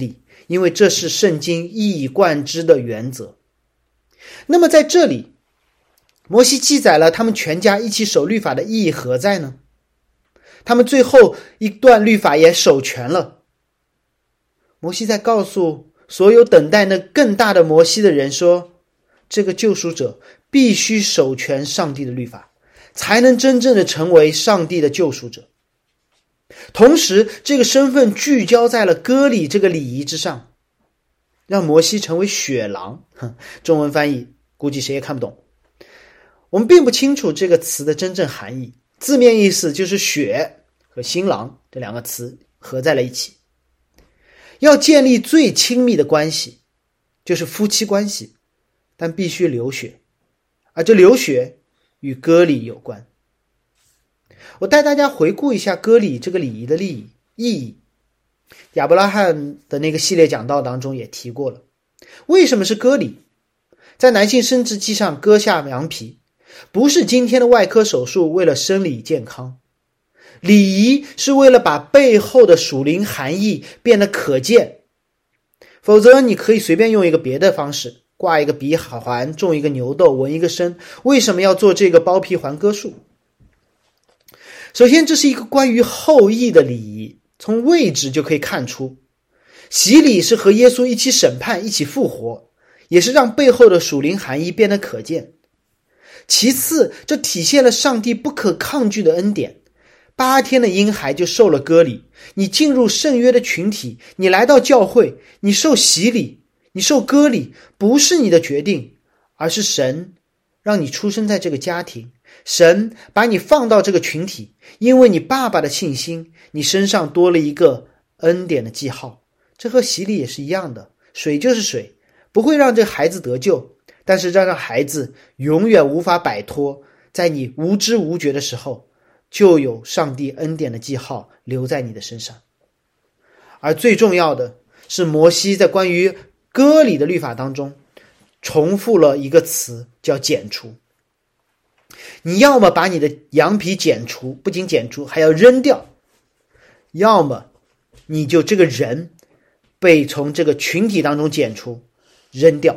因为这是圣经一以贯之的原则。那么在这里，摩西记载了他们全家一起守律法的意义何在呢？他们最后一段律法也守全了。摩西在告诉所有等待那更大的摩西的人说，这个救赎者必须守全上帝的律法，才能真正的成为上帝的救赎者。同时，这个身份聚焦在了割礼这个礼仪之上，让摩西成为血狼。中文翻译估计谁也看不懂。我们并不清楚这个词的真正含义，字面意思就是血和新郎这两个词合在了一起。要建立最亲密的关系，就是夫妻关系，但必须流血，而这流血与割礼有关。我带大家回顾一下割礼这个礼仪的意义。亚伯拉罕的那个系列讲道当中也提过了。为什么是割礼？在男性生殖器上割下羊皮，不是今天的外科手术为了生理健康，礼仪是为了把背后的属灵含义变得可见。否则你可以随便用一个别的方式，挂一个鼻环，种一个牛痘，纹一个身，为什么要做这个包皮环割术？首先，这是一个关于后裔的礼仪，从位置就可以看出，洗礼是和耶稣一起审判，一起复活，也是让背后的属灵含义变得可见。其次，这体现了上帝不可抗拒的恩典，8天的婴孩就受了割礼，你进入圣约的群体，你来到教会，你受洗礼，你受割礼，不是你的决定，而是神让你出生在这个家庭，神把你放到这个群体，因为你爸爸的信心，你身上多了一个恩典的记号。这和洗礼也是一样的，水就是水，不会让这个孩子得救，但是让孩子永远无法摆脱，在你无知无觉的时候，就有上帝恩典的记号留在你的身上。而最重要的是，摩西在关于割礼的律法当中重复了一个词，叫剪除。你要么把你的羊皮剪除，不仅剪除还要扔掉，要么你就这个人被从这个群体当中剪除扔掉。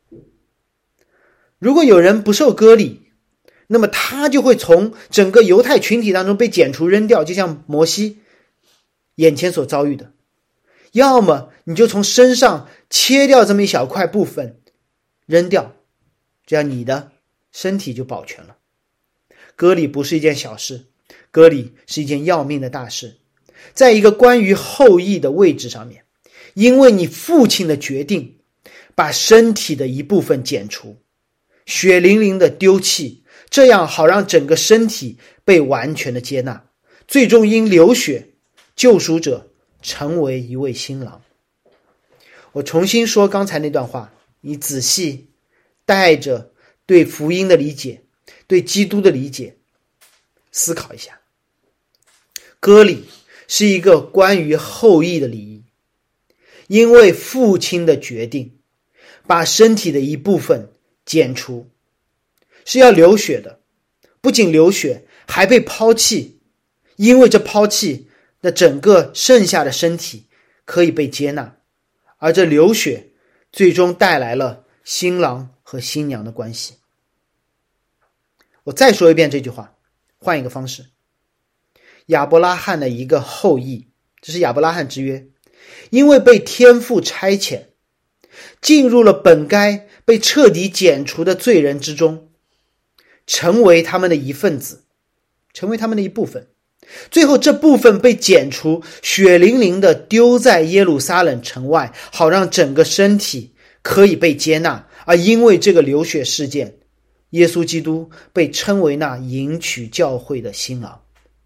如果有人不受割礼，那么他就会从整个犹太群体当中被剪除扔掉，就像摩西眼前所遭遇的。要么你就从身上切掉这么一小块部分扔掉，这样你的身体就保全了。割礼不是一件小事，割礼是一件要命的大事。在一个关于后裔的位置上面，因为你父亲的决定，把身体的一部分剪除，血淋淋的丢弃，这样好让整个身体被完全的接纳，最终因流血，救赎者成为一位新郎。我重新说刚才那段话，你仔细带着对福音的理解，对基督的理解思考一下。割礼是一个关于后裔的礼仪，因为父亲的决定，把身体的一部分剪除，是要流血的，不仅流血，还被抛弃，因为这抛弃的整个剩下的身体可以被接纳，而这流血最终带来了新郎和新娘的关系。我再说一遍这句话，换一个方式。亚伯拉罕的一个后裔，这是亚伯拉罕之约，因为被天父差遣，进入了本该被彻底剪除的罪人之中，成为他们的一份子，成为他们的一部分。最后这部分被剪除，血淋淋的丢在耶路撒冷城外，好让整个身体可以被接纳。而因为这个流血事件，耶稣基督被称为那迎娶教会的新郎。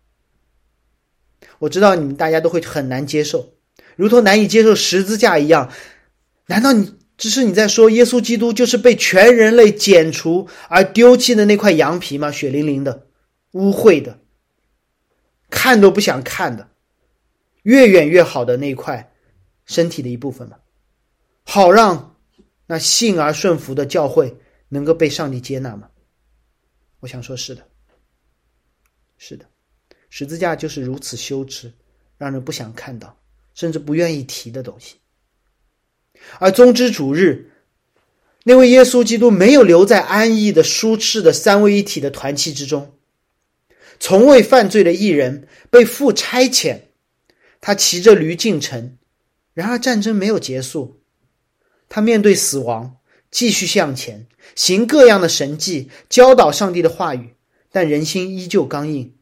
我知道你们大家都会很难接受，如同难以接受十字架一样。难道只是你在说耶稣基督就是被全人类剪除而丢弃的那块羊皮吗？血淋淋的，污秽的，看都不想看的，越远越好的那一块身体的一部分吗？好让那信而顺服的教会能够被上帝接纳吗？我想说是的，是的。十字架就是如此羞耻，让人不想看到，甚至不愿意提的东西。 而宗之主日，那位耶稣基督没有留在安逸的舒适的三位一体的团契之中，从未犯罪的义人被父差遣，他骑着驴进城，然而战争没有结束，他面对死亡继续向前，行各样的神迹，教导上帝的话语，但人心依旧刚硬。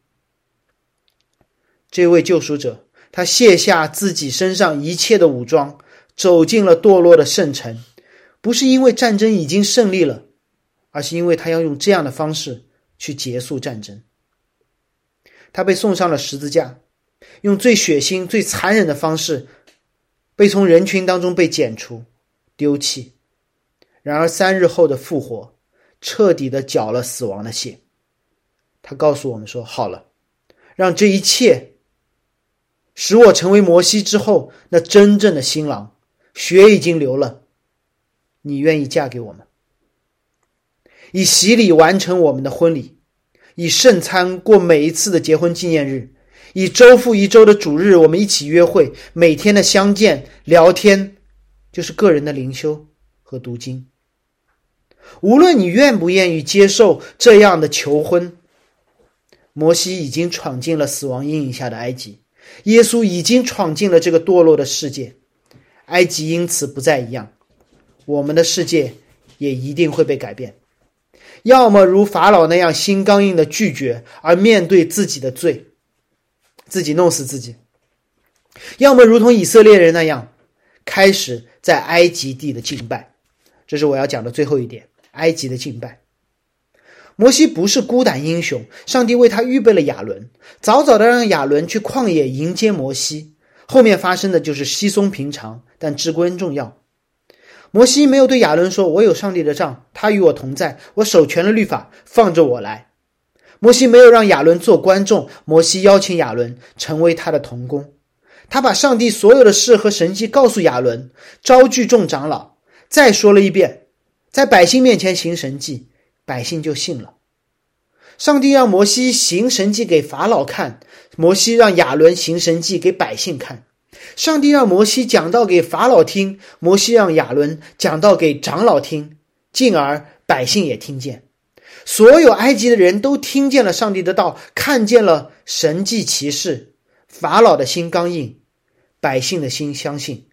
这位救赎者，他卸下自己身上一切的武装，走进了堕落的圣城，不是因为战争已经胜利了，而是因为他要用这样的方式去结束战争。他被送上了十字架，用最血腥最残忍的方式被从人群当中被剪除丢弃，然而3日后的复活彻底地缴了死亡的血。他告诉我们说，好了，让这一切使我成为摩西之后那真正的新郎，血已经流了，你愿意嫁给我吗？以洗礼完成我们的婚礼，以圣餐过每一次的结婚纪念日，以周复一周的主日我们一起约会，每天的相见聊天就是个人的灵修和读经。无论你愿不愿意接受这样的求婚，摩西已经闯进了死亡阴影下的埃及，耶稣已经闯进了这个堕落的世界，埃及因此不再一样，我们的世界也一定会被改变。要么如法老那样心刚硬的拒绝而面对自己的罪，自己弄死自己，要么如同以色列人那样开始在埃及地的敬拜。这是我要讲的最后一点，埃及的敬拜。摩西不是孤胆英雄，上帝为他预备了亚伦，早早的让亚伦去旷野迎接摩西，后面发生的就是稀松平常，但至关重要。摩西没有对亚伦说，我有上帝的杖，他与我同在，我手权了律法，放着我来。摩西没有让亚伦做观众，摩西邀请亚伦成为他的同工。他把上帝所有的事和神迹告诉亚伦，招聚众长老，再说了一遍，在百姓面前行神迹，百姓就信了。上帝让摩西行神迹给法老看，摩西让亚伦行神迹给百姓看。上帝让摩西讲道给法老听，摩西让亚伦讲道给长老听，进而百姓也听见。所有埃及的人都听见了上帝的道，看见了神迹奇事，法老的心刚硬，百姓的心相信。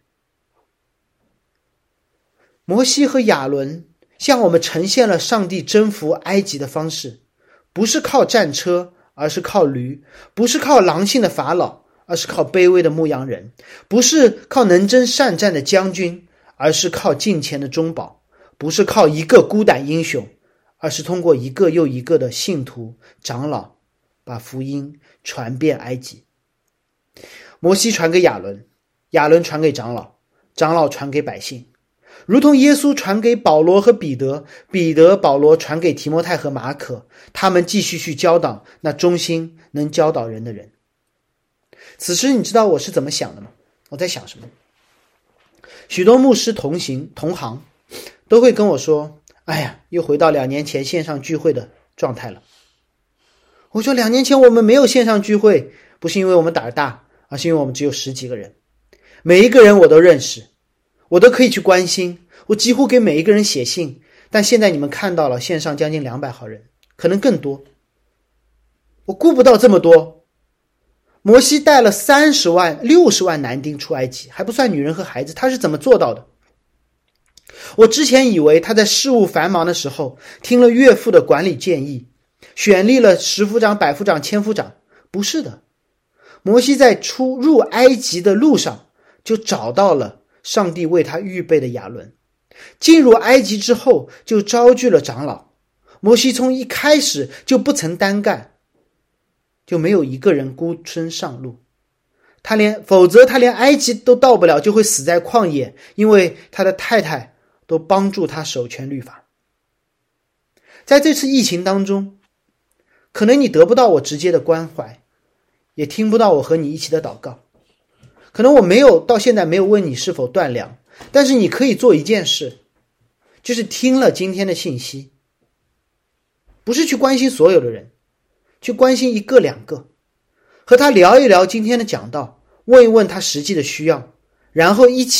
摩西和亚伦向我们呈现了上帝征服埃及的方式，不是靠战车，而是靠驴；不是靠狼性的法老，而是靠卑微的牧羊人；不是靠能征善战的将军，而是靠敬虔的中保；不是靠一个孤胆英雄，而是通过一个又一个的信徒长老把福音传遍埃及。摩西传给亚伦，亚伦传给长老，长老传给百姓，如同耶稣传给保罗和彼得，彼得保罗传给提摩太和马可，他们继续去教导那忠心能教导人的人。此时你知道我是怎么想的吗？我在想什么？许多牧师同行都会跟我说，哎呀，又回到2年前线上聚会的状态了。我说2年前我们没有线上聚会，不是因为我们胆儿大，而是因为我们只有10几个人，每一个人我都认识，我都可以去关心，我几乎给每一个人写信。但现在你们看到了线上将近200号人，可能更多，我顾不到这么多。摩西带了30万60万男丁出埃及，还不算女人和孩子，他是怎么做到的？我之前以为他在事务繁忙的时候听了岳父的管理建议，选立了10夫长、100夫长、1000夫长。不是的，摩西在出入埃及的路上就找到了上帝为他预备的亚伦，进入埃及之后就招聚了长老。摩西从一开始就不曾单干，就没有一个人孤身上路，否则他连埃及都到不了，就会死在旷野，因为他的太太都帮助他守全律法。在这次疫情当中，可能你得不到我直接的关怀，也听不到我和你一起的祷告，可能我到现在没有问你是否断粮，但是你可以做一件事，就是听了今天的信息，不是去关心所有的人，去关心1个2个，和他聊一聊今天的讲道，问一问他实际的需要，然后一起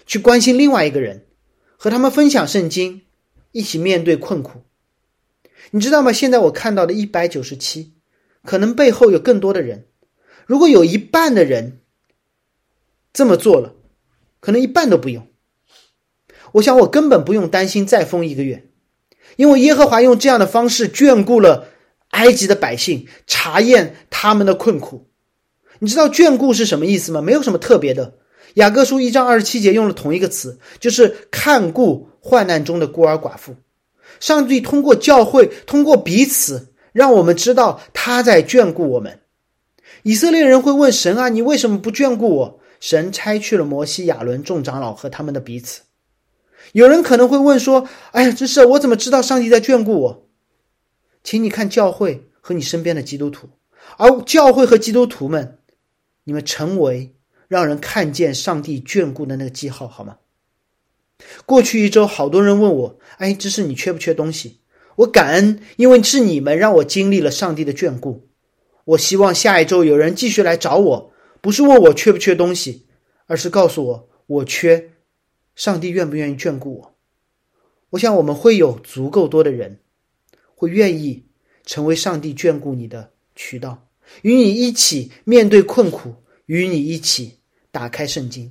去关心另外一个人，和他们分享圣经，一起面对困苦。你知道吗？现在我看到的197，可能背后有更多的人。如果有一半的人这么做了，可能一半都不用。我想我根本不用担心再封1个月，因为耶和华用这样的方式眷顾了埃及的百姓，查验他们的困苦。你知道眷顾是什么意思吗？没有什么特别的。雅各书1章27节用了同一个词，就是看顾患难中的孤儿寡妇。上帝通过教会，通过彼此，让我们知道他在眷顾我们。以色列人会问神啊，你为什么不眷顾我？神差去了摩西、亚伦众长老和他们的彼此。有人可能会问说，哎呀，这是我怎么知道上帝在眷顾我？请你看教会和你身边的基督徒，而教会和基督徒们，你们成为让人看见上帝眷顾的那个记号，好吗？过去1周，好多人问我，哎，这是你缺不缺东西？我感恩，因为是你们让我经历了上帝的眷顾。我希望下1周有人继续来找我，不是问我缺不缺东西，而是告诉我我缺，上帝愿不愿意眷顾我。我想我们会有足够多的人会愿意成为上帝眷顾你的渠道，与你一起面对困苦，与你一起打开圣经。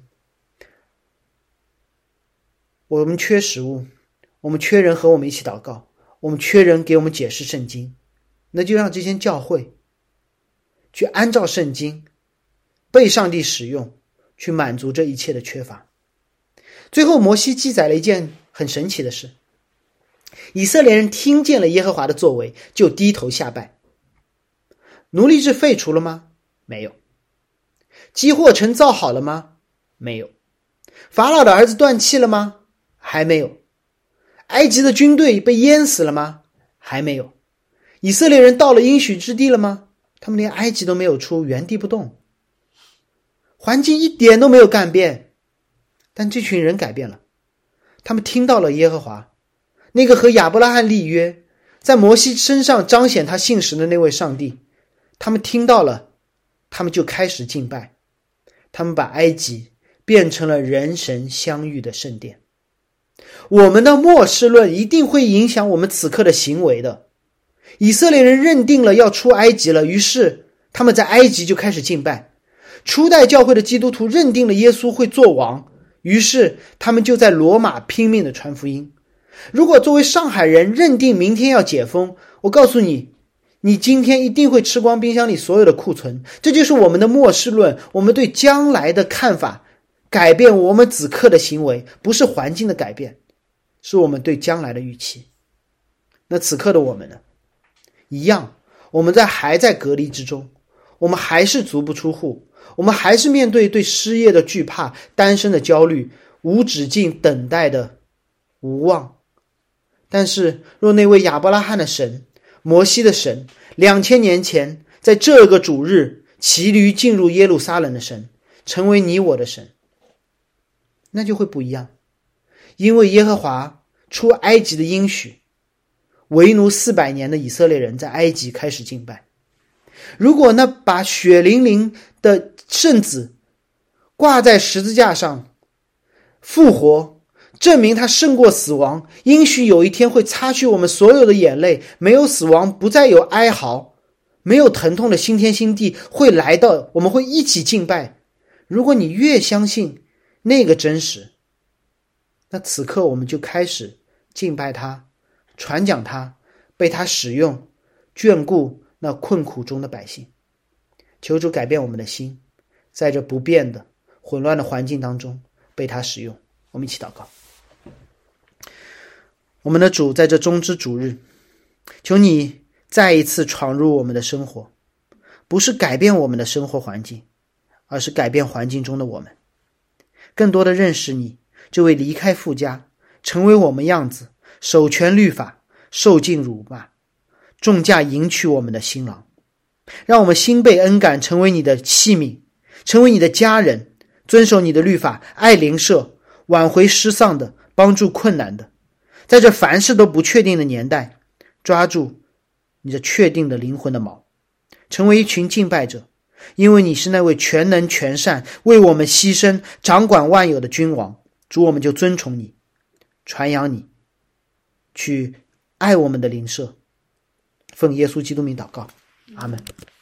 我们缺食物，我们缺人和我们一起祷告，我们缺人给我们解释圣经，那就让这些教会去按照圣经被上帝使用，去满足这一切的缺乏。最后摩西记载了一件很神奇的事，以色列人听见了耶和华的作为，就低头下拜。奴隶制废除了吗？没有。积货城造好了吗？没有。法老的儿子断气了吗？还没有。埃及的军队被淹死了吗？还没有。以色列人到了应许之地了吗？他们连埃及都没有出，原地不动。环境一点都没有改变，但这群人改变了。他们听到了耶和华，那个和亚伯拉罕立约，在摩西身上彰显他信实的那位上帝。他们听到了，他们就开始敬拜。他们把埃及变成了人神相遇的圣殿。我们的末世论一定会影响我们此刻的行为的。以色列人认定了要出埃及了，于是他们在埃及就开始敬拜。初代教会的基督徒认定了耶稣会做王，于是他们就在罗马拼命的传福音。如果作为上海人认定明天要解封，我告诉你，你今天一定会吃光冰箱里所有的库存。这就是我们的末世论，我们对将来的看法，改变我们此刻的行为，不是环境的改变，是我们对将来的预期。那此刻的我们呢？一样，我们还在隔离之中，我们还是足不出户，我们还是面对失业的惧怕，单身的焦虑，无止境等待的无望。但是若那位亚伯拉罕的神，摩西的神，2000年前在这个主日骑驴进入耶路撒冷的神，成为你我的神，那就会不一样。因为耶和华出埃及的应许，为奴400年的以色列人在埃及开始敬拜。如果那把血淋淋的圣子挂在十字架上复活，证明他胜过死亡，应许有一天会擦去我们所有的眼泪，没有死亡，不再有哀嚎，没有疼痛的新天新地会来到，我们会一起敬拜。如果你越相信那个真实，那此刻我们就开始敬拜他，传讲他，被他使用，眷顾那困苦中的百姓。求主改变我们的心，在这不变的混乱的环境当中被他使用。我们一起祷告。我们的主，在这中之主日，求你再一次闯入我们的生活，不是改变我们的生活环境，而是改变环境中的我们，更多的认识你这位离开父家，成为我们样子，守全律法，受尽辱骂，重价迎娶我们的新郎。让我们心被恩感，成为你的器皿，成为你的家人，遵守你的律法，爱邻舍，挽回失丧的，帮助困难的。在这凡事都不确定的年代，抓住你这确定的灵魂的锚，成为一群敬拜者，因为你是那位全能全善，为我们牺牲，掌管万有的君王。 主，我们就尊崇你，传扬你，去爱我们的邻舍。奉耶稣基督名祷告，阿们。